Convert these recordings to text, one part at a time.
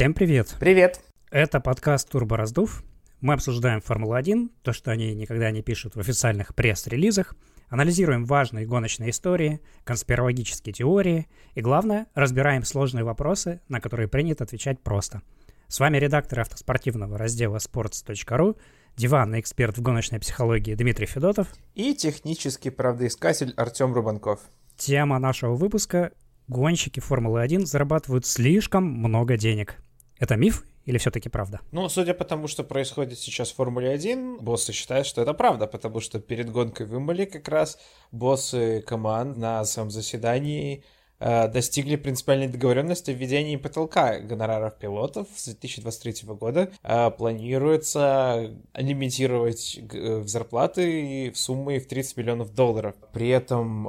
Всем привет! Привет! Это подкаст «Турбораздув». Мы обсуждаем Формулу-1, то, что они никогда не пишут в официальных пресс-релизах, анализируем важные гоночные истории, конспирологические теории и, главное, разбираем сложные вопросы, на которые принято отвечать просто. С вами редактор автоспортивного раздела sports.ru, диванный эксперт в гоночной психологии Дмитрий Федотов и технический правдоискатель Артем Рубанков. Тема нашего выпуска – гонщики Формулы-1 зарабатывают слишком много денег. Это миф или все-таки правда? Судя по тому, что происходит сейчас в Формуле-1, боссы считают, что это правда, потому что перед гонкой в Имоле как раз боссы команд на своем заседании достигли принципиальной договоренности о введении потолка гонораров пилотов с 2023 года. Планируется лимитировать зарплаты в сумме в $30 миллионов. При этом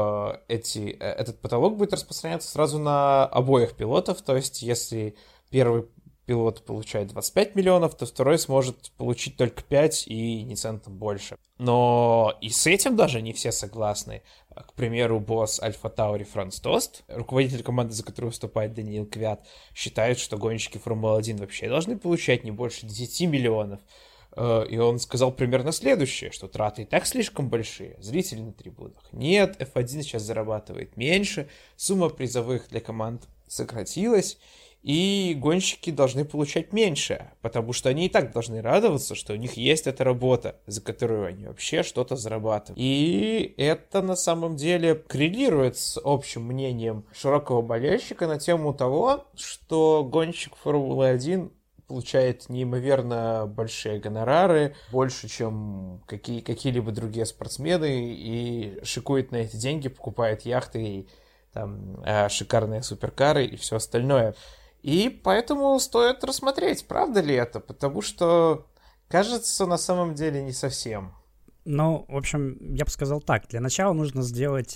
этот потолок будет распространяться сразу на обоих пилотов, то есть если первый пилот получает 25 миллионов, то второй сможет получить только 5 и ни центом больше. Но и с этим даже не все согласны. К примеру, босс Альфа Таури Франц Тост, руководитель команды, за которую выступает Даниил Квят, считает, что гонщики Формулы-1 вообще должны получать не больше 10 миллионов. И он сказал примерно следующее, что траты и так слишком большие, зрители на трибунах нет, F1 сейчас зарабатывает меньше, сумма призовых для команд сократилась, и гонщики должны получать меньше, потому что они и так должны радоваться, что у них есть эта работа, за которую они вообще что-то зарабатывают. И это на самом деле коррелирует с общим мнением широкого болельщика на тему того, что гонщик Формулы-1 получает неимоверно большие гонорары, больше, чем какие-либо другие спортсмены, и шикует на эти деньги, покупает яхты и там шикарные суперкары и все остальное. И поэтому стоит рассмотреть, правда ли это, потому что, кажется, на самом деле не совсем. В общем, я бы сказал так. Для начала нужно сделать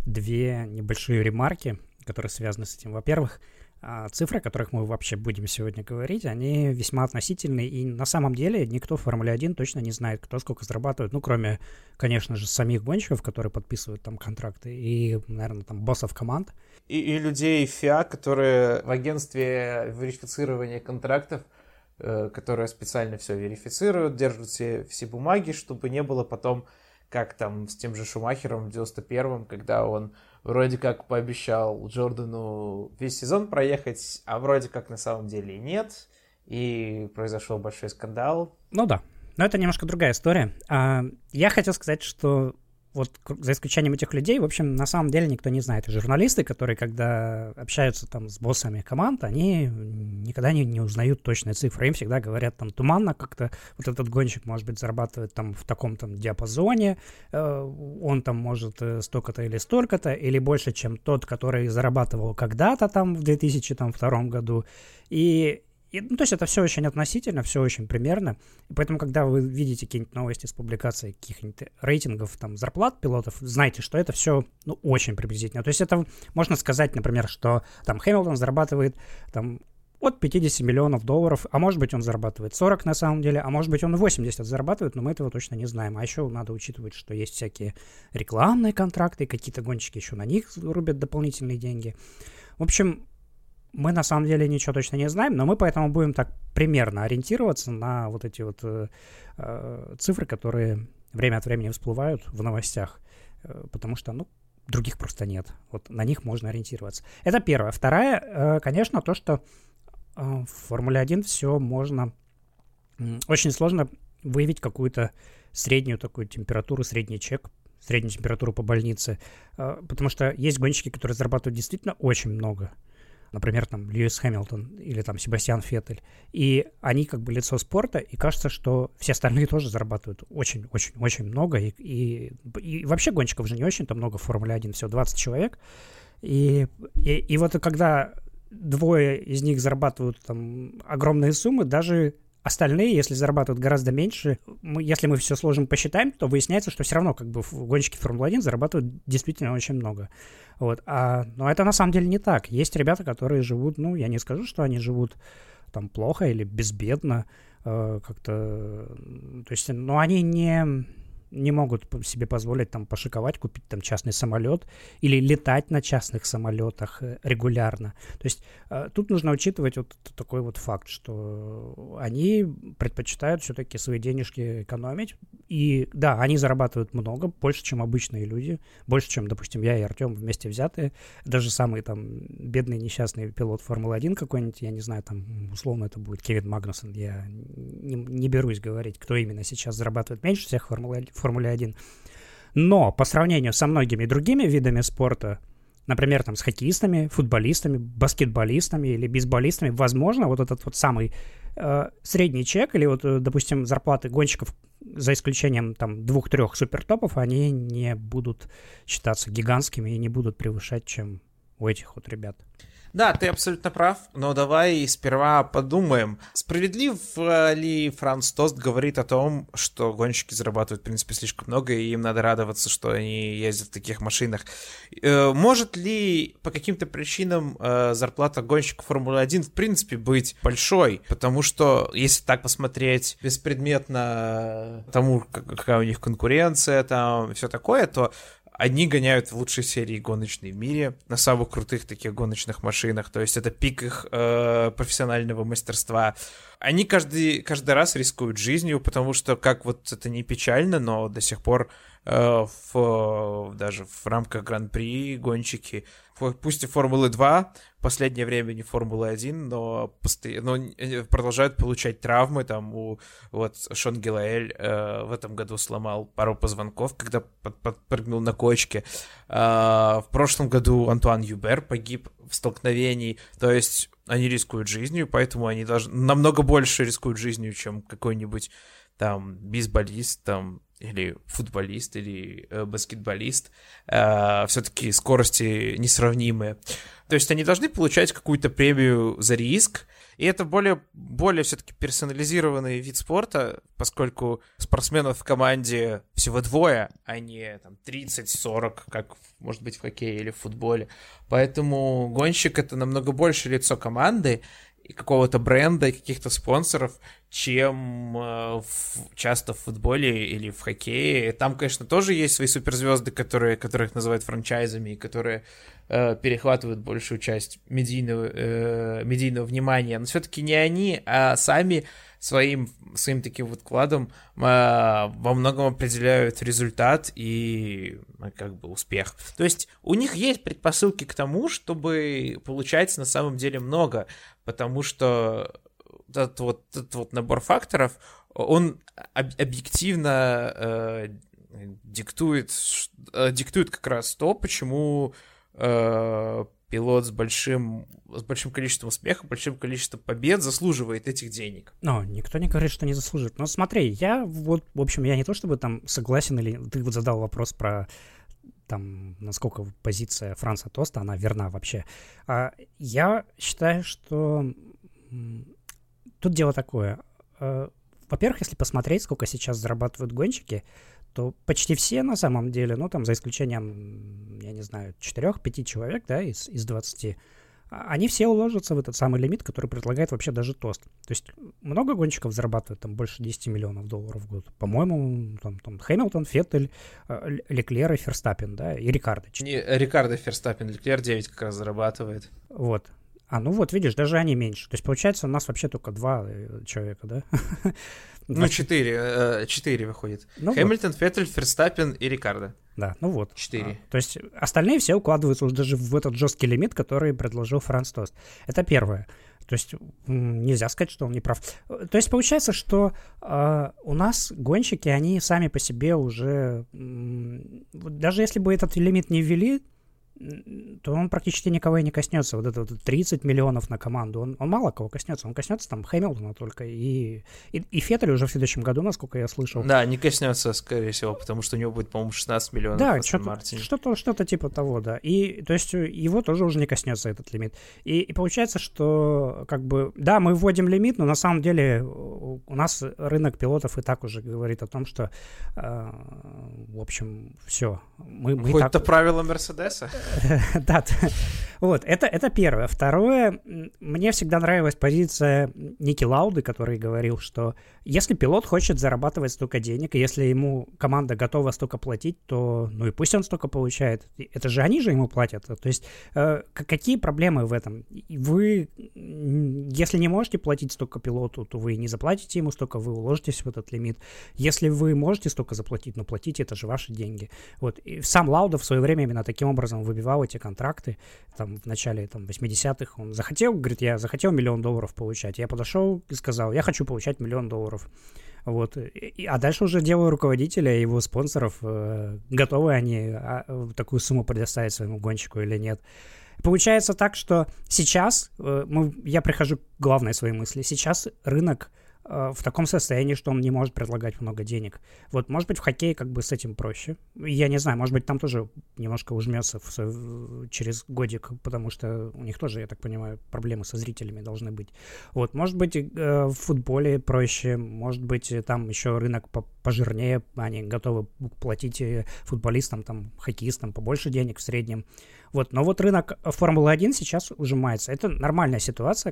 две небольшие ремарки, которые связаны с этим. Во-первых, цифры, о которых мы вообще будем сегодня говорить, они весьма относительные, и на самом деле никто в Формуле-1 точно не знает, кто сколько зарабатывает, кроме, конечно же, самих гонщиков, которые подписывают там контракты, и, наверное, там боссов команд. И людей ФИА, которые в агентстве верифицирования контрактов, которые специально все верифицируют, держат все бумаги, чтобы не было потом, как там с тем же Шумахером в 91-м, когда он вроде как пообещал Джордану весь сезон проехать, а вроде как на самом деле и нет, и произошел большой скандал. Да, но это немножко другая история. Я хотел сказать, что вот за исключением этих людей, в общем, на самом деле никто не знает. И журналисты, которые, когда общаются там с боссами команд, они никогда не узнают точные цифры. Им всегда говорят там туманно как-то, вот этот гонщик, может быть, зарабатывает там в таком там диапазоне, он там может столько-то или столько-то, или больше, чем тот, который зарабатывал когда-то там в 2002 году. То есть это все очень относительно, все очень примерно. И поэтому, когда вы видите какие-нибудь новости с публикацией каких-нибудь рейтингов, там, зарплат пилотов, знайте, что это все, очень приблизительно. То есть это можно сказать, например, что там Хэмилтон зарабатывает там от $50 миллионов, а может быть он зарабатывает 40 на самом деле, а может быть он 80 зарабатывает, но мы этого точно не знаем. А еще надо учитывать, что есть всякие рекламные контракты, какие-то гонщики еще на них рубят дополнительные деньги. В общем, мы на самом деле ничего точно не знаем, но мы поэтому будем так примерно ориентироваться на вот эти вот цифры, которые время от времени всплывают в новостях, потому что, других просто нет. Вот на них можно ориентироваться. Это первое. Второе, конечно, то, что в Формуле-1 все можно... Очень сложно выявить какую-то среднюю такую температуру, средний чек, среднюю температуру по больнице, потому что есть гонщики, которые зарабатывают действительно очень много. Например, там Льюис Хэмилтон или там Себастьян Феттель. И они как бы лицо спорта, и кажется, что все остальные тоже зарабатывают очень-очень-очень много. И вообще гонщиков же не очень-то много в Формуле-1, всего 20 человек. И вот когда двое из них зарабатывают там огромные суммы, даже остальные, если зарабатывают гораздо меньше, если мы все сложим, посчитаем, то выясняется, что все равно как бы гонщики Формулы-1 зарабатывают действительно очень много. Вот. Но это на самом деле не так. Есть ребята, которые живут, я не скажу, что они живут там плохо или безбедно, как-то, то есть, но они не могут себе позволить там пошиковать, купить там частный самолет или летать на частных самолетах регулярно. То есть тут нужно учитывать вот такой вот факт, что они предпочитают все-таки свои денежки экономить. И да, они зарабатывают много, больше, чем обычные люди, больше, чем, допустим, я и Артем вместе взятые. Даже самый там бедный несчастный пилот Формулы-1 какой-нибудь, я не знаю, там условно это будет Кевин Магнусон, я не берусь говорить, кто именно сейчас зарабатывает меньше всех в Формуле 1. Но по сравнению со многими другими видами спорта, например, там с хоккеистами, футболистами, баскетболистами или бейсболистами, возможно, вот этот вот самый средний чек или вот, допустим, зарплаты гонщиков, за исключением там 2-3 супертопов, они не будут считаться гигантскими и не будут превышать, чем у этих вот ребят. Да, ты абсолютно прав, но давай сперва подумаем, справедлив ли Франц Тост говорит о том, что гонщики зарабатывают, в принципе, слишком много, и им надо радоваться, что они ездят в таких машинах. Может ли по каким-то причинам зарплата гонщика Формулы-1 в принципе быть большой? Потому что, если так посмотреть беспредметно тому, какая у них конкуренция, там все такое, то они гоняют в лучшей серии гоночной в мире, на самых крутых таких гоночных машинах, то есть это пик их профессионального мастерства. Они каждый раз рискуют жизнью, потому что, как вот это не печально, но до сих пор даже в рамках Гран-при гонщики, пусть и Формулы-2, в последнее время не Формулы-1, но продолжают получать травмы. Там вот Шон Гилаэль в этом году сломал пару позвонков, когда подпрыгнул на кочке. В прошлом году Антуан Юбер погиб в столкновении. То есть они рискуют жизнью, поэтому они намного больше рискуют жизнью, чем какой-нибудь там бейсболист, там, или футболист, или баскетболист. Все-таки скорости несравнимые. То есть они должны получать какую-то премию за риск, и это более все-таки персонализированный вид спорта, поскольку спортсменов в команде всего 2, а не там 30-40, как может быть в хоккее или в футболе. Поэтому гонщик — это намного больше лицо команды и какого-то бренда, и каких-то спонсоров, чем часто в футболе или в хоккее. Там, конечно, тоже есть свои суперзвезды, которых называют франчайзами, и которые перехватывают большую часть медийного внимания. Но все-таки не они, а сами своим таким вот вкладом во многом определяют результат и как бы успех. То есть у них есть предпосылки к тому, чтобы получать на самом деле много, потому что этот вот набор факторов, он объективно диктует как раз то, почему пилот с большим количеством успеха, большим количеством побед заслуживает этих денег. Но никто не говорит, что не заслуживает. Но смотри, я не то чтобы там согласен, или ты вот задал вопрос про там, насколько позиция Франца Тоста, она верна вообще. Я считаю, что тут дело такое. Во-первых, если посмотреть, сколько сейчас зарабатывают гонщики, то почти все на самом деле, ну, там, за исключением, я не знаю, 4-5 человек, да, из 20, они все уложатся в этот самый лимит, который предлагает вообще даже Тост. То есть много гонщиков зарабатывают там больше 10 миллионов долларов в год. По-моему, там Хэмилтон, Феттель, Леклер и Ферстаппен, да, и Рикардо. Рикардо, Ферстаппен, Леклер 9 как раз зарабатывает. Вот. Ну вот, видишь, даже они меньше. То есть, получается, у нас вообще только 2 человека, да? 4 выходит. Хэмилтон, вот. Феттель, Ферстаппен и Рикардо. Да, ну вот. 4. То есть остальные все укладываются уже даже в этот жесткий лимит, который предложил Франц Тост. Это первое. То есть нельзя сказать, что он не прав. То есть получается, что у нас гонщики, они сами по себе уже... Даже если бы этот лимит не ввели, то он практически никого и не коснется. Вот это вот 30 миллионов на команду, он мало кого коснется. Он коснется там Хэмилтона только. И Феттель уже в следующем году, насколько я слышал. Да, не коснется, скорее всего, потому что у него будет, по-моему, 16 миллионов. Да, что-то типа того, да. И то есть его тоже уже не коснется этот лимит. И получается, что как бы, да, мы вводим лимит, но на самом деле у нас рынок пилотов и так уже говорит о том, что в общем, все. Хоть это правило Мерседеса. Да, Вот, это первое. Второе, мне всегда нравилась позиция Ники Лауды, который говорил, что если пилот хочет зарабатывать столько денег, и если ему команда готова столько платить, то ну и пусть он столько получает. Это же они же ему платят. То есть какие проблемы в этом? Вы, если не можете платить столько пилоту, то вы не заплатите ему столько, вы уложитесь в этот лимит. Если вы можете столько заплатить, но платите, это же ваши деньги. Вот. И сам Лауда в свое время именно таким образом выбивал эти контракты. Там, в начале 80-х он захотел, говорит, я захотел $1 миллион получать. Я подошел и сказал, я хочу получать $1 миллион. Вот. А дальше уже дело руководителя и его спонсоров, готовы они такую сумму предоставить своему гонщику или нет. Получается так, что сейчас, я прихожу к главной своей мысли, сейчас рынок в таком состоянии, что он не может предлагать много денег. Вот, может быть, в хоккее как бы с этим проще. Я не знаю, может быть, там тоже немножко ужмется через годик, потому что у них тоже, я так понимаю, проблемы со зрителями должны быть. Вот, может быть, в футболе проще, может быть, там еще рынок пожирнее, они готовы платить футболистам, там, хоккеистам побольше денег в среднем. Вот, но вот рынок Формулы-1 сейчас ужимается. Это нормальная ситуация.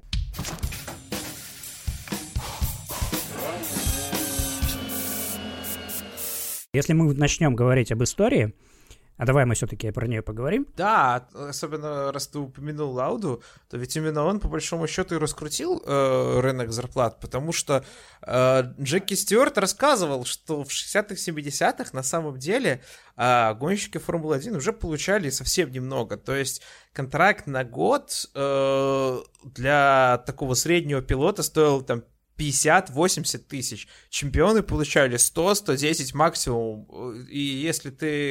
Если мы начнем говорить об истории, а давай мы все-таки про нее поговорим. Да, особенно раз ты упомянул Лауду, то ведь именно он, по большому счету, и раскрутил рынок зарплат, потому что Джеки Стюарт рассказывал, что в 60-х, 70-х на самом деле гонщики Формулы-1 уже получали совсем немного. То есть контракт на год для такого среднего пилота стоил там 50-80 тысяч. Чемпионы получали 100-110 максимум. И если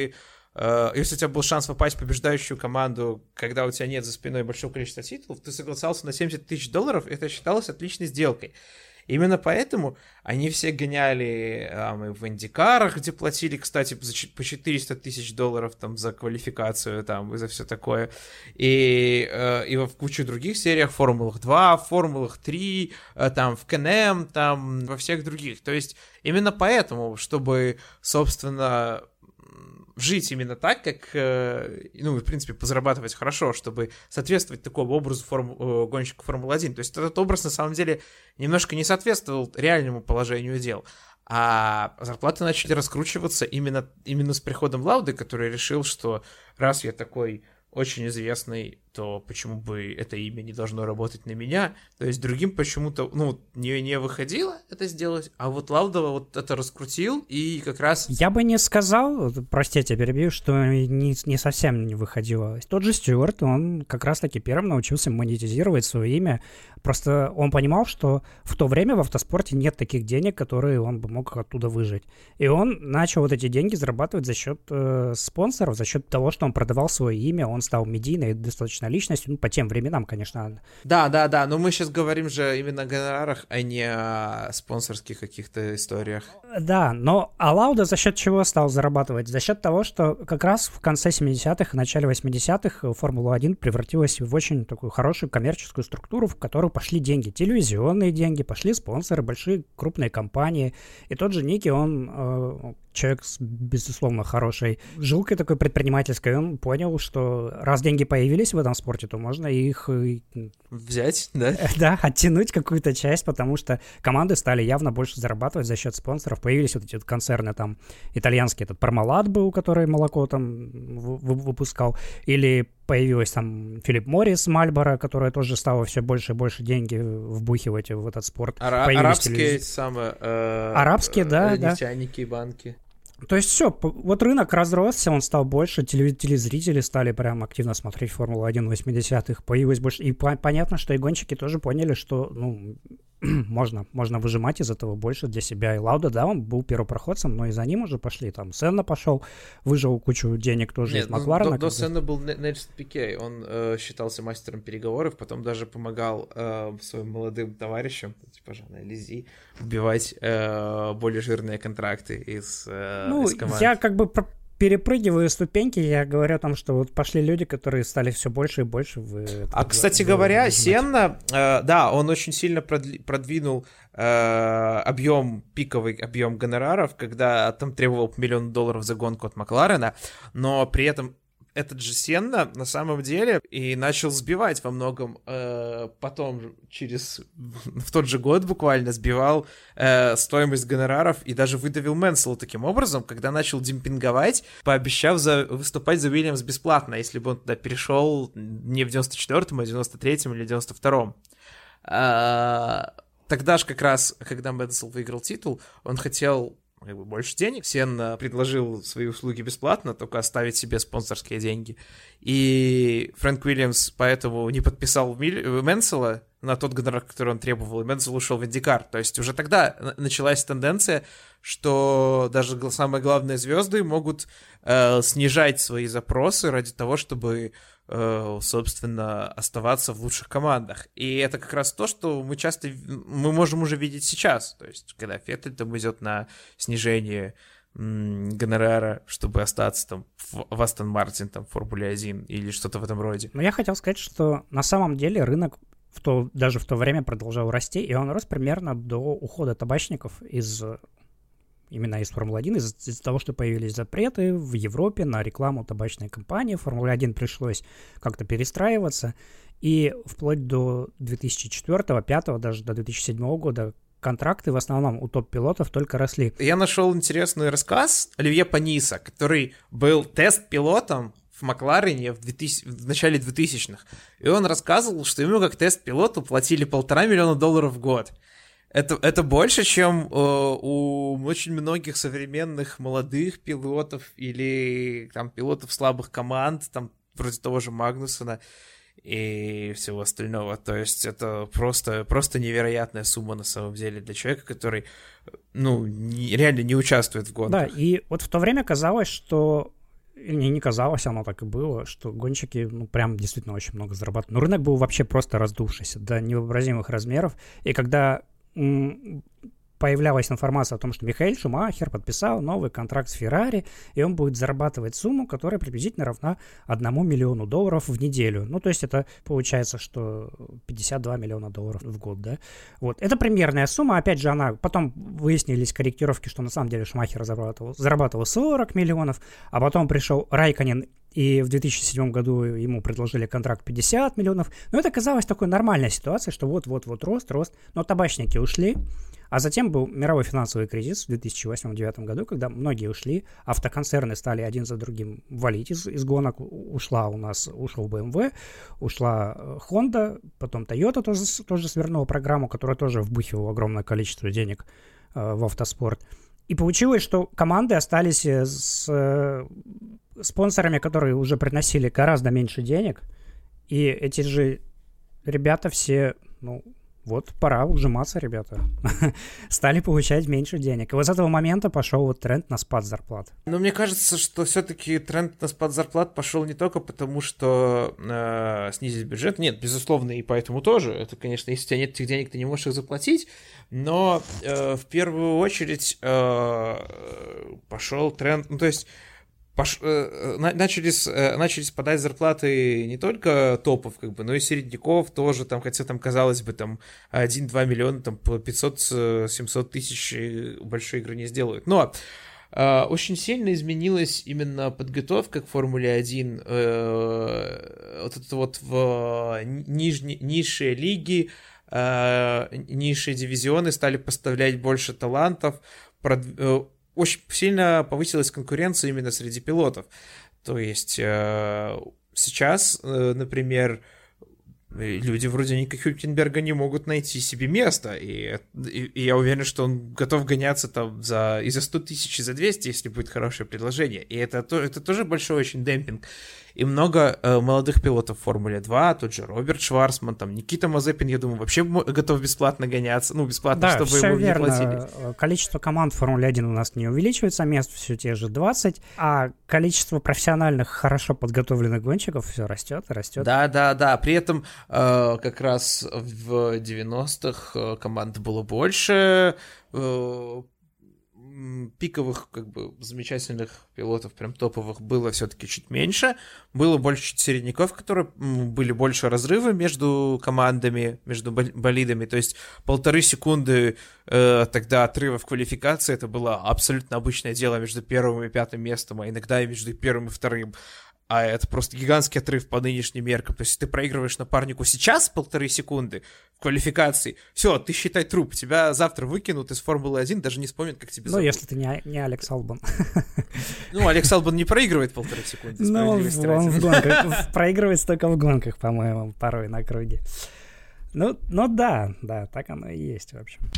у тебя был шанс попасть в побеждающую команду, когда у тебя нет за спиной большого количества титулов, ты согласился на $70 тысяч, это считалось отличной сделкой. Именно поэтому они все гоняли и в индикарах, где платили, кстати, по $400 тысяч там, за квалификацию там, и за все такое. И в кучу других сериях, в Формулах 2, в Формулах 3, там, в КНМ, там, во всех других. То есть именно поэтому, чтобы, собственно, жить именно так, как, в принципе, позарабатывать хорошо, чтобы соответствовать такому образу гонщика Формулы-1. То есть этот образ, на самом деле, немножко не соответствовал реальному положению дел. А зарплаты начали раскручиваться именно с приходом Лауды, который решил, что раз я такой очень известный, то почему бы это имя не должно работать на меня? То есть другим почему-то, не выходило это сделать, а вот Лауда вот это раскрутил, и как раз... Я бы не сказал, прости, я тебя перебью, что не совсем не выходило. Тот же Стюарт, он как раз-таки первым научился монетизировать свое имя. Просто он понимал, что в то время в автоспорте нет таких денег, которые он бы мог оттуда выжить. И он начал вот эти деньги зарабатывать за счет спонсоров, за счет того, что он продавал свое имя, он стал медийной достаточно личностью, по тем временам, конечно. Да, но мы сейчас говорим же именно о гонорарах, а не о спонсорских каких-то историях. Да, но Лауда за счет чего стал зарабатывать? За счет того, что как раз в конце 70-х и начале 80-х Формула-1 превратилась в очень такую хорошую коммерческую структуру, в которую пошли деньги, телевизионные деньги, пошли спонсоры, большие крупные компании. И тот же Ники, он человек с, безусловно, хорошей жилкой такой предпринимательской, он понял, что раз деньги появились в этом спорте, то можно их... Взять, да? Да, оттянуть какую-то часть, потому что команды стали явно больше зарабатывать за счет спонсоров. Появились вот эти вот концерны, там, итальянский этот Пармалат был, который молоко там выпускал, или появилась там Филипп Моррис, Мальборо, которая тоже стала все больше и больше деньги вбухивать в этот спорт. Арабские арабские, да, нефтяники и банки. То есть все, вот рынок разросся, он стал больше, телезрители стали прям активно смотреть Формулу-1 в 80-х, появилось больше, и понятно, что и гонщики тоже поняли, что, можно выжимать из этого больше для себя. И Лауда, да, он был первопроходцем, но и за ним уже пошли, там, Сенна пошел, выжил кучу денег тоже из Макларена. До Сенна был Нельсон Пике, он считался мастером переговоров, потом даже помогал своим молодым товарищам, типа Жана Лизи, вбивать более жирные контракты из команд. Я как бы перепрыгиваю ступеньки, я говорю о том, что вот пошли люди, которые стали все больше и больше. Кстати говоря, Сенна, да, он очень сильно продвинул пиковый объем гонораров, когда там требовал $1 миллион за гонку от Макларена, но при этом этот же Сенна на самом деле и начал сбивать во многом, потом в тот же год буквально сбивал стоимость гонораров и даже выдавил Мэнсела таким образом, когда начал демпинговать, пообещав выступать за Уильямс бесплатно, если бы он туда перешел не в 94-м, а в 93-м или 92-м. Тогда же как раз, когда Мэнсел выиграл титул, он хотел больше денег. Сенна предложил свои услуги бесплатно, только оставить себе спонсорские деньги. И Фрэнк Уильямс поэтому не подписал Мэнсела на тот гонорар, который он требовал, и Мэнсел ушел в IndyCar. То есть уже тогда началась тенденция, что даже самые главные звезды могут снижать свои запросы ради того, чтобы собственно, оставаться в лучших командах. И это как раз то, что мы можем уже видеть сейчас. То есть, когда Феттель там идет на снижение гонорара, чтобы остаться там в Астон Мартин, там, в Формуле 1 или что-то в этом роде. Но я хотел сказать, что на самом деле рынок даже в то время продолжал расти, и он рос примерно до ухода табачников именно из Формулы-1, из-за того, что появились запреты в Европе на рекламу табачной компании. В Формуле-1 пришлось как-то перестраиваться, и вплоть до 2004-2005, даже до 2007 года контракты в основном у топ-пилотов только росли. Я нашел интересный рассказ Оливье Паниса, который был тест-пилотом в Макларене в начале 2000-х, и он рассказывал, что ему как тест-пилоту платили $1,5 миллиона в год. Это больше, чем у очень многих современных молодых пилотов или там пилотов слабых команд, там вроде того же Магнусона и всего остального. То есть это просто невероятная сумма на самом деле для человека, который, реально не участвует в гонках. Да, и вот в то время казалось, что не казалось, оно так и было, что гонщики, прям действительно очень много зарабатывают. Но рынок был вообще просто раздувшийся до невообразимых размеров. И когда появлялась информация о том, что Михаэль Шумахер подписал новый контракт с Феррари, и он будет зарабатывать сумму, которая приблизительно равна $1 миллиону в неделю. То есть это получается, что $52 миллиона в год, да? Вот. Это примерная сумма. Опять же, потом выяснились корректировки, что на самом деле Шумахер зарабатывал 40 миллионов, а потом пришел Райконен, и в 2007 году ему предложили контракт 50 миллионов. Но это казалось такой нормальной ситуацией, что вот-вот рост. Но табачники ушли, а затем был мировой финансовый кризис в 2008-2009 году, когда многие ушли, автоконцерны стали один за другим валить из гонок. Ушел BMW, ушла Honda, потом Toyota тоже свернула программу, которая тоже вбухивала огромное количество денег в автоспорт. И получилось, что команды остались с спонсорами, которые уже приносили гораздо меньше денег, и эти же ребята все, пора ужиматься, ребята. Стали получать меньше денег. И вот с этого момента пошел тренд на спад зарплат. Мне кажется, что все-таки тренд на спад зарплат пошел не только потому, что снизить бюджет. Нет, безусловно, и поэтому тоже. Это, конечно, если у тебя нет этих денег, ты не можешь их заплатить. Но в первую очередь пошел тренд... начали спадать зарплаты не только топов, но и середняков тоже, хотя казалось бы, 1-2 миллиона, по 500-700 тысяч большие игры не сделают. Но очень сильно изменилась именно подготовка к Формуле 1, в низшие лиги, низшие дивизионы стали поставлять больше талантов, очень сильно повысилась конкуренция именно среди пилотов. То есть сейчас, например, люди вроде Ника Хюлькенберга не могут найти себе место. И я уверен, что он готов гоняться и за 100 тысяч, и за 200, если будет хорошее предложение. И это тоже большой очень демпинг. И много молодых пилотов в Формуле 2, тот же Роберт Шварцман, Никита Мазепин, я думаю, вообще готов бесплатно гоняться, бесплатно, да, чтобы ему верно. не платили. Количество команд в Формуле 1 у нас не увеличивается, мест все те же 20, а количество профессиональных, хорошо подготовленных гонщиков все растет и растет. Да. При этом как раз в 90-х команд было больше, пиковых, замечательных пилотов, прям топовых, было все-таки чуть меньше. Было больше чуть середняков, которые были больше разрывы между командами, между болидами. То есть 1,5 секунды тогда отрыва в квалификации, это было абсолютно обычное дело между первым и пятым местом, а иногда и между первым и вторым. А это просто гигантский отрыв по нынешним меркам. То есть ты проигрываешь напарнику сейчас 1,5 секунды в квалификации, все, ты считай труп. Тебя завтра выкинут из Формулы-1, даже не вспомнят, как тебя зовут. Ну, если ты не Алекс Албан. Ну, Алекс Албан не проигрывает 1,5 секунды. Ну, он в гонках проигрывает только в гонках, по-моему, порой на круге. Ну да, так оно и есть, в общем.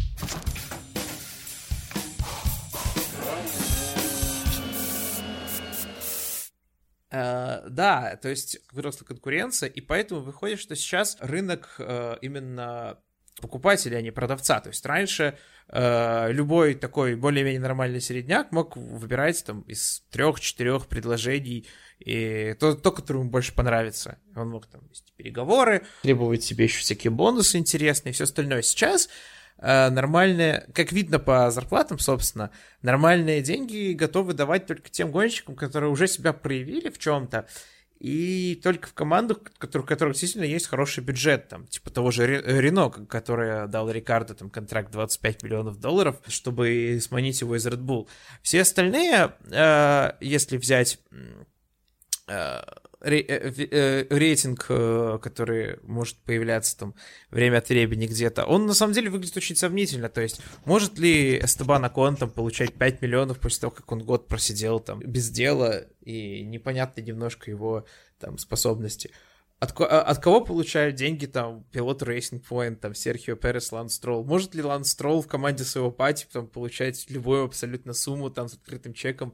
Да, то есть выросла конкуренция, и поэтому выходит, что сейчас рынок именно покупателя, а не продавца. То есть раньше любой такой более-менее нормальный середняк мог выбирать там из 3-4 предложений и то, которое ему больше понравится. Он мог там вести переговоры, требовать себе еще всякие бонусы интересные и все остальное. Сейчас нормальные, как видно по зарплатам, собственно, нормальные деньги готовы давать только тем гонщикам, которые уже себя проявили в чем-то, и только в командах, у которых действительно есть хороший бюджет, там, типа того же Рено, который дал Рикардо там контракт $25 миллионов, чтобы сманить его из Red Bull. Все остальные, если взять рейтинг, который может появляться там время от времени где-то, он на самом деле выглядит очень сомнительно. То есть, может ли Эстебан Окон там получать 5 миллионов после того, как он год просидел там без дела, и непонятно немножко его там способности? От кого получают деньги там пилот Racing Point, там Серхио Перес, Ланс Стролл? Может ли Ланс Стролл в команде своего пати там получать любую абсолютно сумму там с открытым чеком,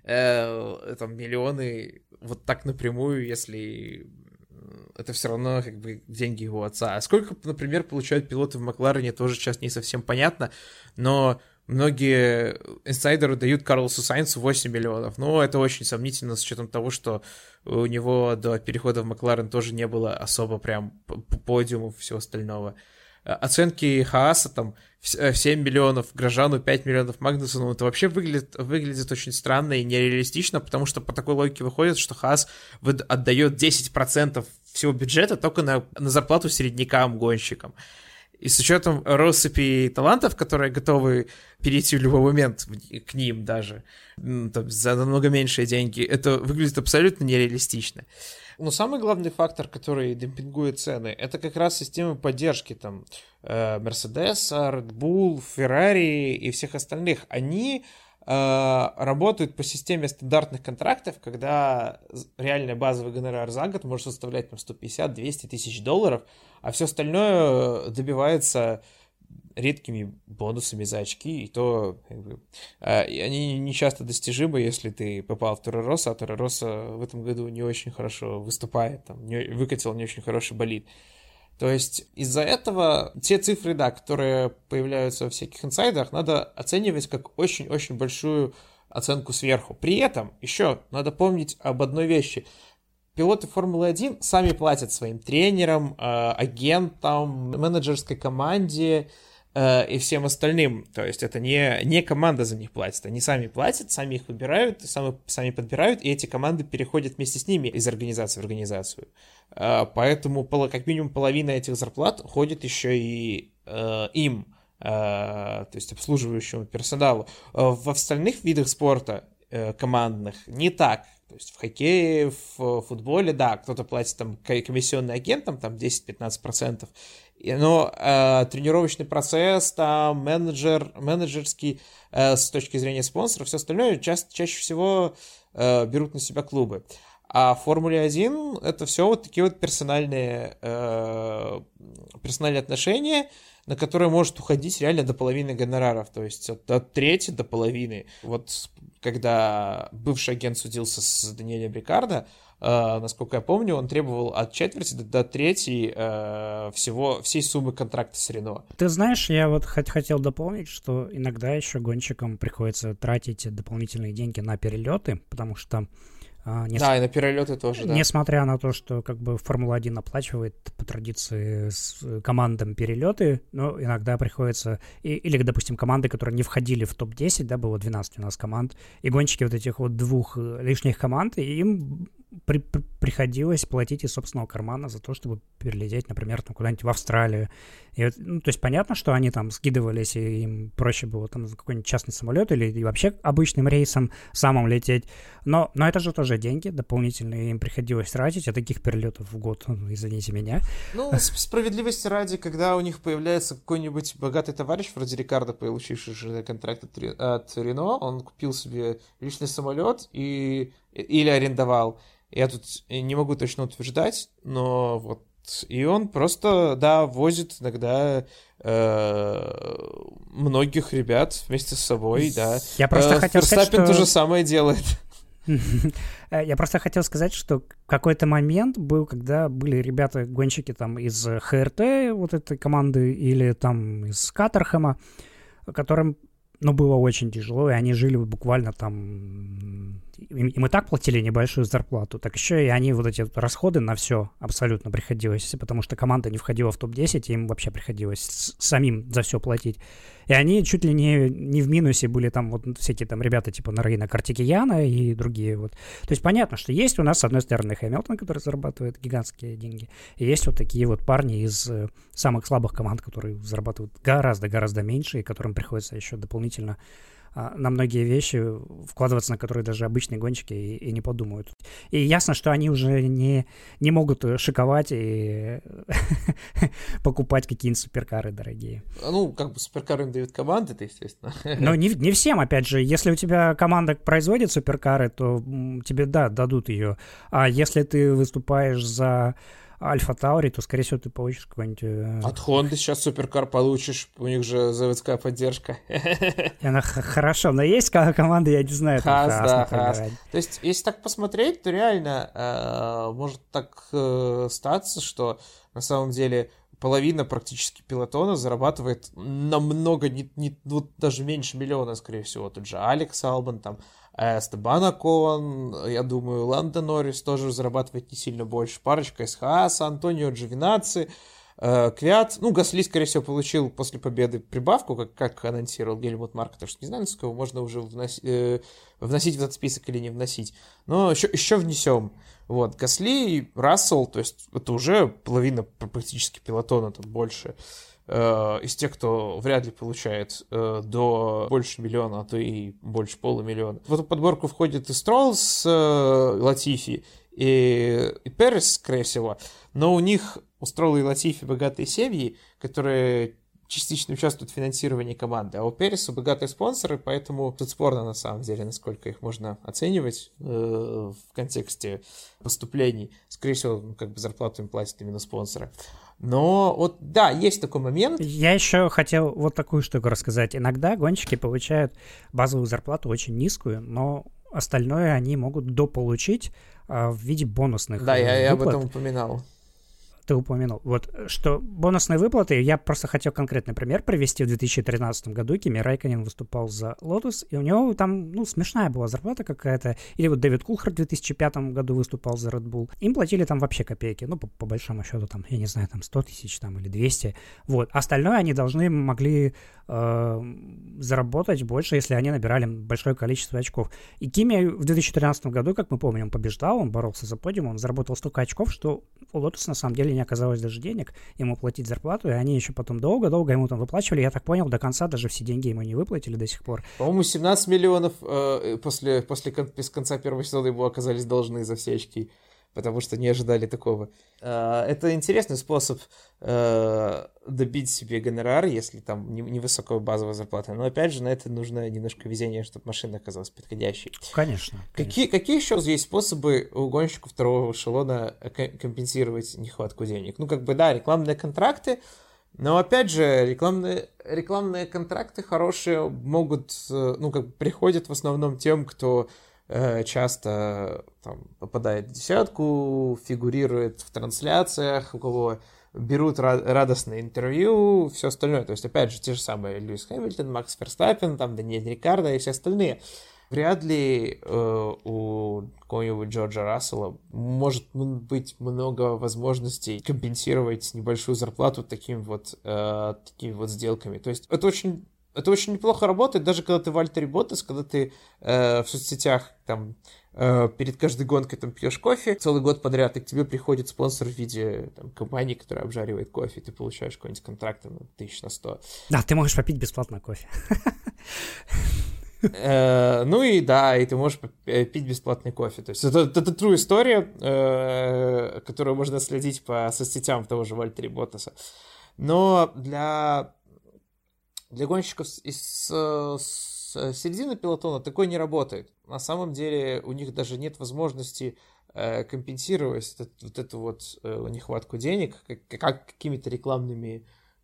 там миллионы вот так напрямую, если это все равно как бы деньги его отца? А сколько, например, получают пилоты в Макларене, тоже сейчас не совсем понятно, но многие инсайдеры дают Карлосу Сайнсу 8 миллионов. Но это очень сомнительно с учетом того, что у него до перехода в Макларен тоже не было особо прям подиумов и всего остального. Оценки Хааса там 7 миллионов, Грожану 5 миллионов, Магнусону, это вообще выглядит очень странно и нереалистично, потому что по такой логике выходит, что Хаас отдает 10% всего бюджета только на зарплату середнякам-гонщикам. И с учетом россыпи талантов, которые готовы перейти в любой момент к ним даже, там, за намного меньшие деньги, это выглядит абсолютно нереалистично. Но самый главный фактор, который демпингует цены, это как раз система поддержки там Mercedes, Red Bull, Ferrari и всех остальных. Они работают по системе стандартных контрактов, когда реальный базовый гонорар за год может составлять там 150-200 тысяч долларов, а все остальное добивается редкими бонусами за очки, и то как бы, они не часто достижимы, если ты попал в Торо Россо, а Торо Россо в этом году не очень хорошо выступает, там, выкатил не очень хороший болид. То есть из-за этого те цифры, да, которые появляются во всяких инсайдах, надо оценивать как очень-очень большую оценку сверху. При этом еще надо помнить об одной вещи. Пилоты Формулы-1 сами платят своим тренерам, агентам, менеджерской команде и всем остальным. То есть это не команда за них платит. Они сами платят, сами их выбирают, сами подбирают, и эти команды переходят вместе с ними из организации в организацию. Поэтому как минимум половина этих зарплат ходит еще и им, то есть обслуживающему персоналу. В остальных видах спорта командных не так. То есть в хоккее, в футболе, да, кто-то платит там комиссионный агентам, там 10-15%, но тренировочный процесс, там менеджерский с точки зрения спонсоров, все остальное чаще всего берут на себя клубы. А в Формуле 1 это все вот такие вот персональные отношения, на которые может уходить реально до половины гонораров, то есть от трети до половины. Вот когда бывший агент судился с Даниэлем Рикардо, насколько я помню, он требовал от четверти до трети всей суммы контракта с Рено. Ты знаешь, я вот хотел дополнить, что иногда еще гонщикам приходится тратить дополнительные деньги на перелеты, потому что да, и на перелеты тоже, да. Несмотря на то, что как бы Формула-1 оплачивает по традиции с командам перелеты, но иногда приходится... Или, допустим, команды, которые не входили в топ-10, да, было 12 у нас команд, и гонщики вот этих вот двух лишних команд, и им приходилось платить из собственного кармана за то, чтобы перелететь, например, там куда-нибудь в Австралию. И, ну, то есть понятно, что они там скидывались, и им проще было там за какой-нибудь частный самолет или и вообще обычным рейсом самым лететь. Но это же тоже деньги дополнительные, им приходилось тратить, а таких перелетов в год, извините меня. Ну, справедливости ради, когда у них появляется какой-нибудь богатый товарищ, вроде Рикардо, получивший же контракт от Рено, он купил себе личный самолет или арендовал. Я тут не могу точно утверждать, но вот и он просто, да, возит иногда многих ребят вместе с собой, да. Я просто хотел сказать, что... то же самое делает. Я просто хотел сказать, что какой-то момент был, когда были ребята-гонщики там из ХРТ, вот этой команды, или там из Каттерхэма, которым, ну, было очень тяжело, и они жили буквально там... Им и так платили небольшую зарплату, так еще и они вот эти расходы на все абсолютно приходилось, потому что команда не входила в топ-10, и им вообще приходилось самим за все платить. И они чуть ли не в минусе были там вот всякие там ребята типа Нарина Картикияна и другие вот. То есть понятно, что есть у нас, с одной стороны, Хэмилтон, который зарабатывает гигантские деньги, и есть вот такие вот парни из самых слабых команд, которые зарабатывают гораздо-гораздо меньше, и которым приходится еще дополнительно на многие вещи вкладываться, на которые даже обычные гонщики и не подумают. И ясно, что они уже не могут шиковать и покупать какие-нибудь суперкары дорогие. Ну, как бы суперкары им дают команды, это естественно. Но не всем, опять же. Если у тебя команда производит суперкары, то тебе, да, дадут ее. А если ты выступаешь за Альфа Таури, то, скорее всего, ты получишь какой-нибудь... От Хонды сейчас суперкар получишь, у них же заводская поддержка. Она хорошо, но есть команда, я не знаю, Хас. То есть, если так посмотреть, то реально может так статься, что на самом деле половина практически пелотона зарабатывает намного, вот даже меньше миллиона, скорее всего. Тут же Алекс Албан, там Эстебан Окон, я думаю, Ландо Норрис тоже зарабатывает не сильно больше. Парочка из Хааса, Антонио Джовинаци, Квят. Ну, Гасли, скорее всего, получил после победы прибавку, как анонсировал Гельмут Марко, потому что не знаю, насколько его можно уже вносить в этот список или не вносить. Но еще внесем. Вот, Гасли и Рассел, то есть это уже половина практически пелотона, там больше. Из тех, кто вряд ли получает до больше миллиона, а то и больше полумиллиона. В эту подборку входит и Стролл с Латифи, и Перес, скорее всего, но у них, у Стролла и Латифи, богатые семьи, которые частично участвуют в финансировании команды, а у Переса богатые спонсоры, поэтому тут спорно на самом деле, насколько их можно оценивать в контексте поступлений. Скорее всего, как бы зарплату им платят именно спонсоры. Но вот, да, есть такой момент. Я еще хотел вот такую штуку рассказать. Иногда гонщики получают базовую зарплату очень низкую, но остальное они могут дополучить в виде бонусных Да, я об выплат. этом упоминал. Ты упомянул. Вот, что бонусные выплаты, я просто хотел конкретный пример привести. В 2013 году Кими Рэйкконен выступал за Lotus, и у него там, ну, смешная была зарплата какая-то. Или вот Дэвид Кулхард в 2005 году выступал за Red Bull. Им платили там вообще копейки. Ну, по большому счету, там, я не знаю, там 100 тысяч там, или 200. Вот. Остальное они могли заработать больше, если они набирали большое количество очков. И Кими в 2013 году, как мы помним, он побеждал, он боролся за подиум, он заработал столько очков, что у Lotus на самом деле не оказалось даже денег ему платить зарплату, и они еще потом долго-долго ему там выплачивали. Я так понял, до конца даже все деньги ему не выплатили до сих пор. По-моему, 17 миллионов после конца первого сезона ему оказались должны за все очки, потому что не ожидали такого. Это интересный способ добить себе гонорар, если там невысокая базовая зарплата. Но опять же, на это нужно немножко везения, чтобы машина оказалась подходящей. Конечно. Какие еще есть способы у гонщиков второго эшелона компенсировать нехватку денег? Ну, как бы, да, рекламные контракты, но, опять же, рекламные контракты хорошие могут, ну, как бы, приходят в основном тем, кто часто там попадает в десятку, фигурирует в трансляциях, у кого берут радостное интервью, все остальное. То есть, опять же, те же самые Льюис Хэмилтон, Макс Ферстаппен, там Даниэль Рикардо и все остальные. Вряд ли у какого-нибудь Джорджа Рассела может быть много возможностей компенсировать небольшую зарплату такими вот сделками. То есть это очень это очень неплохо работает, даже когда ты Вальтери Ботас, когда ты в соцсетях там перед каждой гонкой там пьешь кофе целый год подряд, и к тебе приходит спонсор в виде там, компании, которая обжаривает кофе, и ты получаешь какой-нибудь контракт на 1100. Да, ты можешь попить бесплатно кофе. Ну и да, и ты можешь пить бесплатный кофе. То есть это true история, которую можно следить по соцсетям того же Вальтери Ботаса. Но для гонщиков с середины пелотона такое не работает. На самом деле у них даже нет возможности компенсировать вот эту вот нехватку денег какими-то рекламными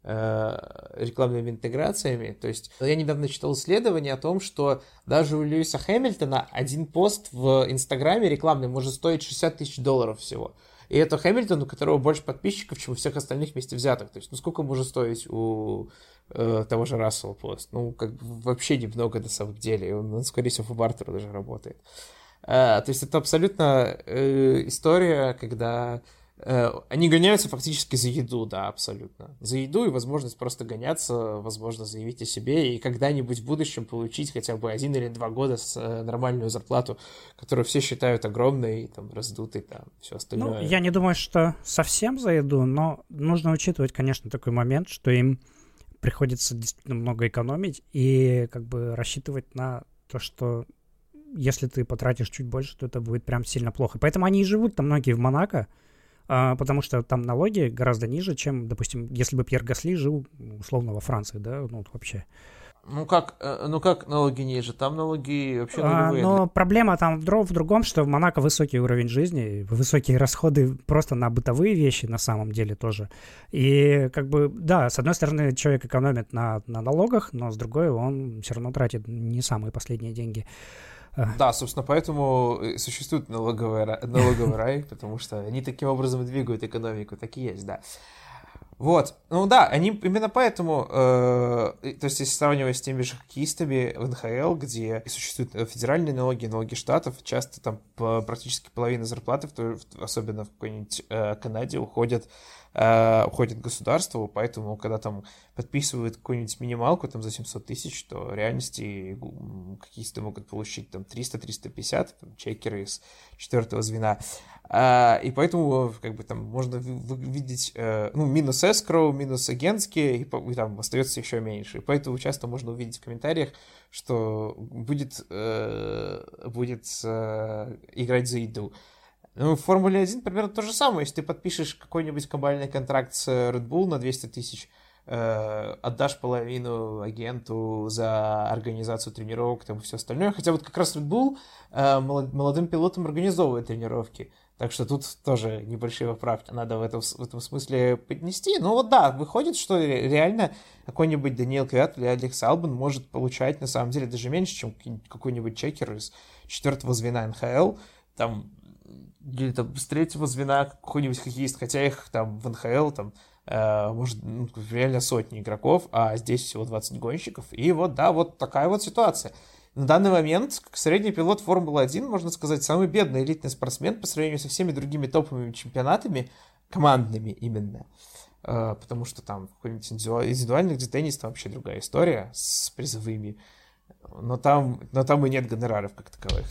интеграциями. То есть я недавно читал исследование о том, что даже у Льюиса Хэмилтона один пост в Инстаграме рекламный может стоить $60 тысяч всего. И это Хэмилтон, у которого больше подписчиков, чем у всех остальных вместе взятых. То есть, ну сколько может стоить у того же Рассела пост? Ну, как бы вообще немного на самом деле. Он, скорее всего, по бартеру даже работает. То есть это абсолютно история, когда они гоняются фактически за еду, да, абсолютно. За еду и возможность просто гоняться, возможно, заявить о себе и когда-нибудь в будущем получить хотя бы 1 или 2 года с нормальную зарплату, которую все считают огромной, там, раздутой, там, все остальное. Ну, я не думаю, что совсем за еду, но нужно учитывать, конечно, такой момент, что им приходится действительно много экономить и как бы рассчитывать на то, что если ты потратишь чуть больше, то это будет прям сильно плохо. Поэтому они и живут там многие в Монако, потому что там налоги гораздо ниже, чем, допустим, если бы Пьер Гасли жил, условно, во Франции, да, ну, вообще. Ну как налоги ниже? Там налоги вообще нулевые. Но проблема там в другом, что в Монако высокий уровень жизни, высокие расходы просто на бытовые вещи на самом деле тоже. И как бы, да, с одной стороны, человек экономит на налогах, но с другой он все равно тратит не самые последние деньги. Да, собственно, поэтому существует налоговый рай, потому что они таким образом двигают экономику, так и есть, да. Вот, ну да, они именно поэтому, то есть если сравнивать с теми же хоккеистами в НХЛ, где существуют федеральные налоги, налоги штатов, часто там практически половина зарплаты, особенно в какой-нибудь Канаде, уходит государству, поэтому, когда там подписывают какую-нибудь минималку там за 700 тысяч, то в реальности хоккеисты могут получить там 300-350, там, чекеры из 4-го звена. И поэтому как бы там можно видеть минус эскроу, минус агентские, и там остается еще меньше. И поэтому часто можно увидеть в комментариях, что будет играть за еду. Ну, в Формуле 1 примерно то же самое. Если ты подпишешь какой-нибудь кабальный контракт с Red Bull на 200 тысяч, отдашь половину агенту за организацию тренировок там, и все остальное. Хотя вот как раз Red Bull молодым пилотам организовывает тренировки. Так что тут тоже небольшие поправки надо в этом смысле поднести. Но вот да, выходит, что реально какой-нибудь Даниэл Квят или Алекс Албан может получать на самом деле даже меньше, чем какой-нибудь чекер из 4-го звена НХЛ. Там или там с 3-го звена какой-нибудь хоккеист, хотя их там в НХЛ там может реально сотни игроков, а здесь всего 20 гонщиков. И вот, да, вот такая вот ситуация. На данный момент средний пилот Формулы-1, можно сказать, самый бедный элитный спортсмен по сравнению со всеми другими топовыми чемпионатами, командными именно. Потому что там какой-нибудь индивидуальный, где теннис, там вообще другая история с призовыми. Но там и нет гонораров как таковых.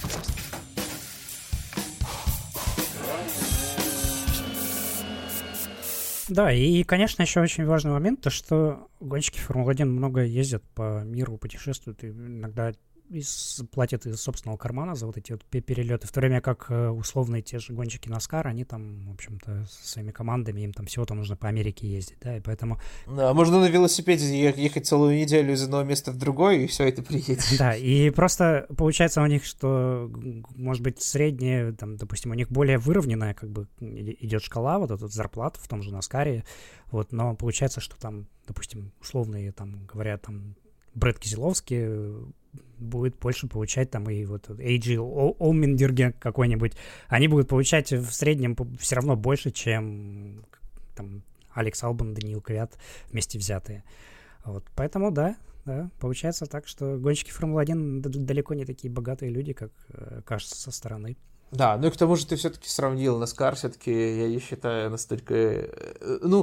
Да, и, конечно, еще очень важный момент, то что гонщики Формулы-1 много ездят по миру, путешествуют, и иногда платят из собственного кармана за вот эти вот перелеты, в то время как условные те же гонщики NASCAR, они там, в общем-то, со своими командами, им там всего-то нужно по Америке ездить, да, и поэтому... Да, можно на велосипеде ехать целую неделю из одного места в другое, и все это приедет. Да, и просто получается у них, что, может быть, среднее, там, допустим, у них более выровненная, как бы, идет шкала, вот эта зарплата в том же NASCAR, вот, но получается, что там, допустим, условные, там, говорят, там, Брэд Кизеловский будет больше получать, там, и вот Эйджи Олмендерге какой-нибудь, они будут получать в среднем все равно больше, чем там Алекс Албан, Даниил Квят вместе взятые. Вот, поэтому, да, получается так, что гонщики Формулы-1 далеко не такие богатые люди, как кажется со стороны. Да, ну и к тому же ты все-таки сравнил NASCAR, все-таки, я считаю, настолько...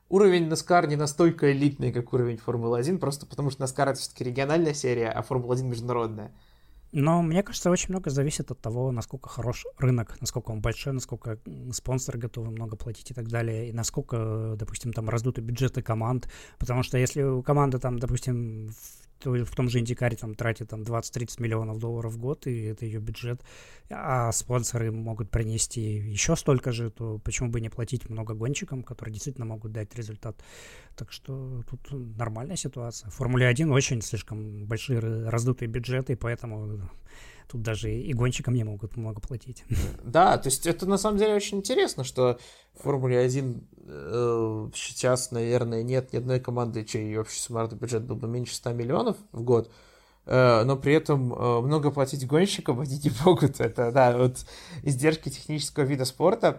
уровень NASCAR не настолько элитный, как уровень Формулы-1, просто потому что NASCAR — это все-таки региональная серия, а Формула-1 международная. Но мне кажется, очень много зависит от того, насколько хорош рынок, насколько он большой, насколько спонсоры готовы много платить и так далее, и насколько, допустим, там раздуты бюджеты команд. Потому что если у команды там, допустим, в том же Индикаре там тратит там 20-30 миллионов долларов в год, и это ее бюджет, а спонсоры могут принести еще столько же, то почему бы не платить много гонщикам, которые действительно могут дать результат. Так что тут нормальная ситуация. В Формуле 1 очень слишком большие раздутые бюджеты, и поэтому тут даже и гонщикам не могут много платить. Да, то есть это на самом деле очень интересно, что в Формуле 1 сейчас, наверное, нет ни одной команды, чей общий суммарный бюджет был бы меньше 100 миллионов в год, но при этом много платить гонщикам они не могут. Это, да, вот издержки технического вида спорта.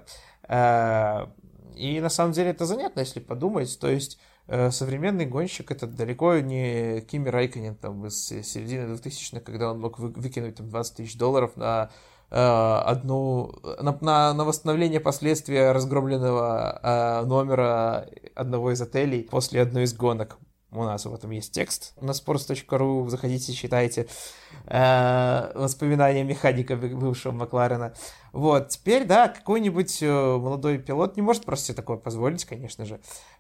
И на самом деле это занятно, если подумать. То есть современный гонщик — это далеко не Кими Рэйкконен там, из середины 2000-х, когда он мог выкинуть там, 20 тысяч долларов на восстановление последствия разгромленного номера одного из отелей после одной из гонок. У нас об этом есть текст на sports.ru, заходите, читайте воспоминания механика бывшего Макларена. Вот, теперь, да, какой-нибудь молодой пилот не может просто себе такое позволить, конечно же.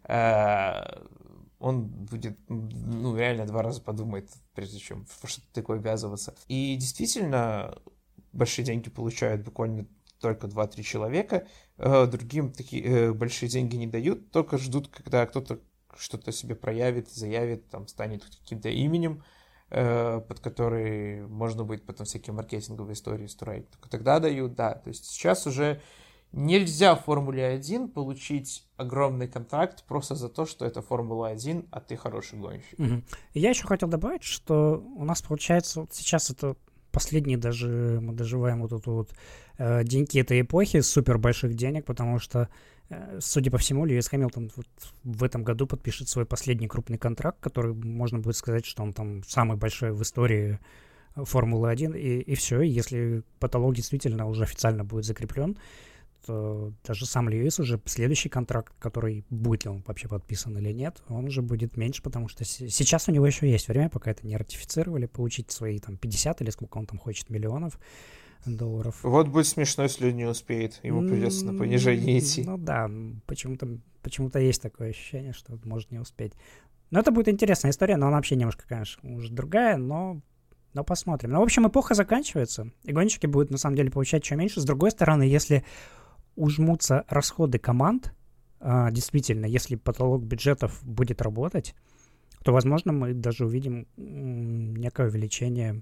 Он будет, ну, реально 2 раза подумает, прежде чем в что-то такое ввязываться. И действительно, большие деньги получают буквально только 2-3 человека, другим такие большие деньги не дают, только ждут, когда кто-то что-то себе проявит, заявит, там, станет каким-то именем, под который можно будет потом всякие маркетинговые истории строить. Только тогда дают, да. То есть сейчас уже нельзя в Формуле 1 получить огромный контракт просто за то, что это Формула-1, а ты хороший гонщик. Угу. Я еще хотел добавить, что у нас получается вот сейчас это последние даже, мы доживаем вот эту вот деньги этой эпохи супер больших денег, потому что, судя по всему, Льюис Хэмилтон вот в этом году подпишет свой последний крупный контракт, который можно будет сказать, что он там самый большой в истории Формулы-1, и все, и если потолок действительно уже официально будет закреплен, то даже сам Льюис уже следующий контракт, который будет ли он вообще подписан или нет, он уже будет меньше, потому что сейчас у него еще есть время, пока это не ратифицировали, получить свои там 50 или сколько он там хочет миллионов долларов. Вот будет смешно, если он не успеет, ему придется на понижение идти. Ну да, почему-то есть такое ощущение, что может не успеть. Но это будет интересная история, но она вообще немножко, конечно, уже другая, но посмотрим. Ну, в общем, эпоха заканчивается, и гонщики будут, на самом деле, получать чуть меньше. С другой стороны, если ужмутся расходы команд, действительно, если потолок бюджетов будет работать, то, возможно, мы даже увидим некое увеличение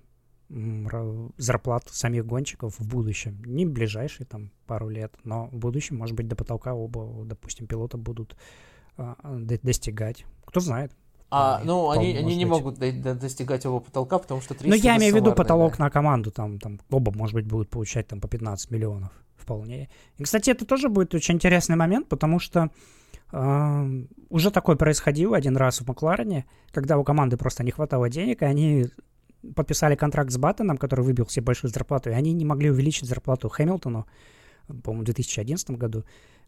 зарплат самих гонщиков в будущем. Не в ближайшие там пару лет, но в будущем, может быть, до потолка оба, допустим, пилота будут достигать. Кто знает. Ну, они не могут достигать оба потолка, потому что 300 Ну, я имею в виду потолок на команду, там оба, может быть, будут получать там по 15 миллионов вполне. И, кстати, это тоже будет очень интересный момент, потому что уже такое происходило один раз в Макларене, когда у команды просто не хватало денег, и они подписали контракт с Баттоном, который выбил себе большую зарплату, и они не могли увеличить зарплату Хэмилтону, по-моему, в 2011 году,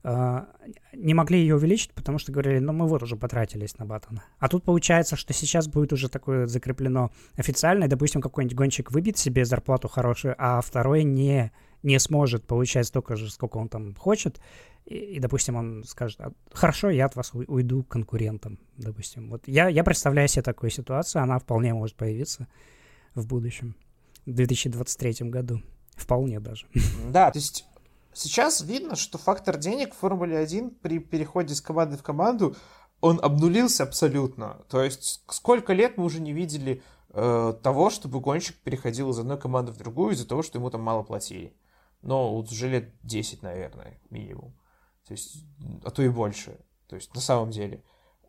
не могли ее увеличить, потому что говорили, ну, мы вот уже потратились на Баттона. А тут получается, что сейчас будет уже такое закреплено официально, и, допустим, какой-нибудь гонщик выбьет себе зарплату хорошую, а второй не сможет получать столько же, сколько он там хочет, и допустим, он скажет, хорошо, я от вас уйду к конкурентам, допустим. Вот я представляю себе такую ситуацию, она вполне может появиться в будущем, в 2023 году. Вполне даже. Да, то есть сейчас видно, что фактор денег в Формуле 1 при переходе с команды в команду, он обнулился абсолютно. То есть сколько лет мы уже не видели того, чтобы гонщик переходил из одной команды в другую из-за того, что ему там мало платили. Но вот уже лет 10, наверное, минимум. То есть, а то и больше. То есть на самом деле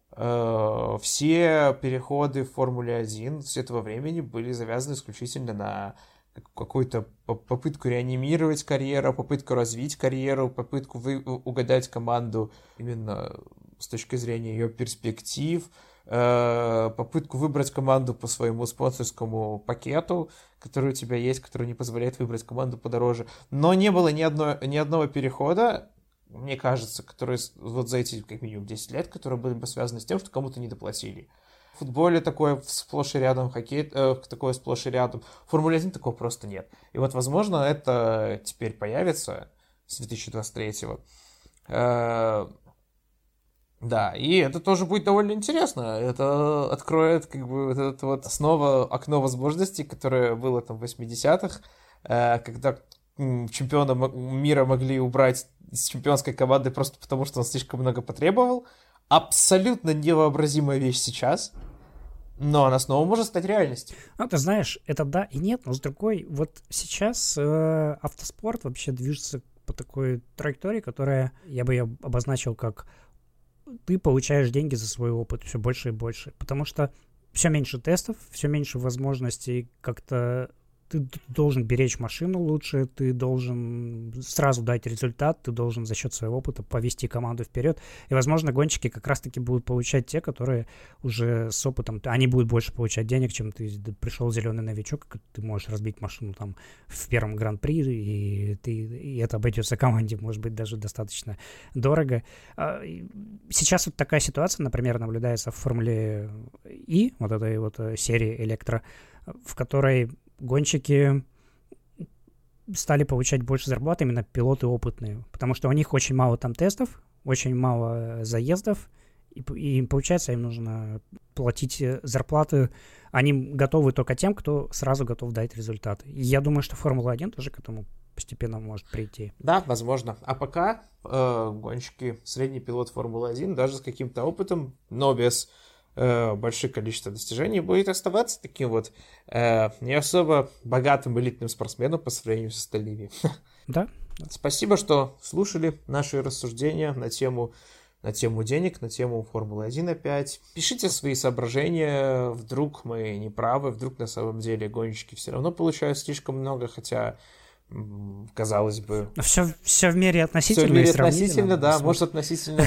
все переходы в Формуле 1 с этого времени были завязаны исключительно на какую-то попытку реанимировать карьеру, попытку развить карьеру, попытку угадать команду именно с точки зрения ее перспектив, попытку выбрать команду по своему спонсорскому пакету, который у тебя есть, который не позволяет выбрать команду подороже. Но не было ни одного перехода, мне кажется, которые вот за эти как минимум 10 лет, которые были бы связаны с тем, что кому-то не доплатили. В футболе такое сплошь и рядом, в хоккее такое сплошь и рядом. В Формуле 1 такого просто нет. И вот, возможно, это теперь появится с 2023-го. Да, и это тоже будет довольно интересно. Это откроет как бы вот это вот снова окно возможностей, которое было там в 80-х, когда чемпиона мира могли убрать из чемпионской команды просто потому, что он слишком много потребовал. Абсолютно невообразимая вещь сейчас, но она снова может стать реальностью. Ну, ты знаешь, это да и нет, но с другой, вот сейчас автоспорт вообще движется по такой траектории, которая, я бы ее обозначил как ты получаешь деньги за свой опыт все больше и больше, потому что все меньше тестов, все меньше возможностей как-то. Ты должен беречь машину лучше, ты должен сразу дать результат, ты должен за счет своего опыта повести команду вперед. И, возможно, гонщики как раз-таки будут получать те, которые уже с опытом, они будут больше получать денег, чем ты пришел зеленый новичок, ты можешь разбить машину там в первом гран-при, и это обойдется команде, может быть, даже достаточно дорого. Сейчас вот такая ситуация, например, наблюдается в Формуле И, вот этой вот серии электро, в которой гонщики стали получать больше зарплаты, именно пилоты опытные, потому что у них очень мало там тестов, очень мало заездов, и получается, им нужно платить зарплаты, они готовы только тем, кто сразу готов дать результаты. И я думаю, что Формула-1 тоже к этому постепенно может прийти. Да, возможно. А пока гонщики, средний пилот Формулы-1, даже с каким-то опытом, но без большое количество достижений, будет оставаться таким вот не особо богатым элитным спортсменом по сравнению с остальными. Да. Спасибо, что слушали наши рассуждения на тему денег, на тему Формулы-1 опять. Пишите свои соображения, вдруг мы не правы, вдруг на самом деле гонщики все равно получают слишком много, хотя казалось бы... Все в мире относительно. Все в мире относительно, да. Может, относительно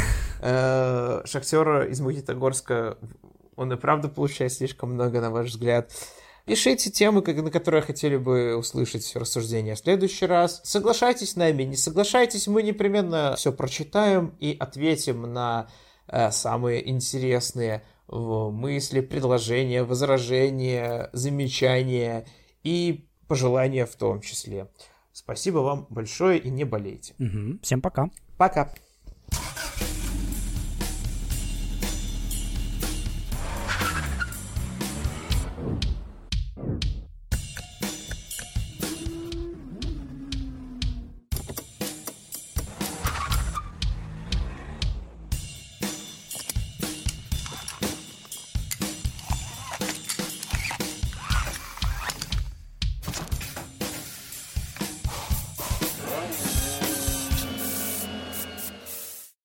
Шахтера из Магнитогорска он и правда получает слишком много, на ваш взгляд. Пишите темы, на которые хотели бы услышать рассуждения в следующий раз. Соглашайтесь с нами, не соглашайтесь, мы непременно все прочитаем и ответим на самые интересные мысли, предложения, возражения, замечания и пожелания в том числе. Спасибо вам большое и не болейте. Всем пока. Пока.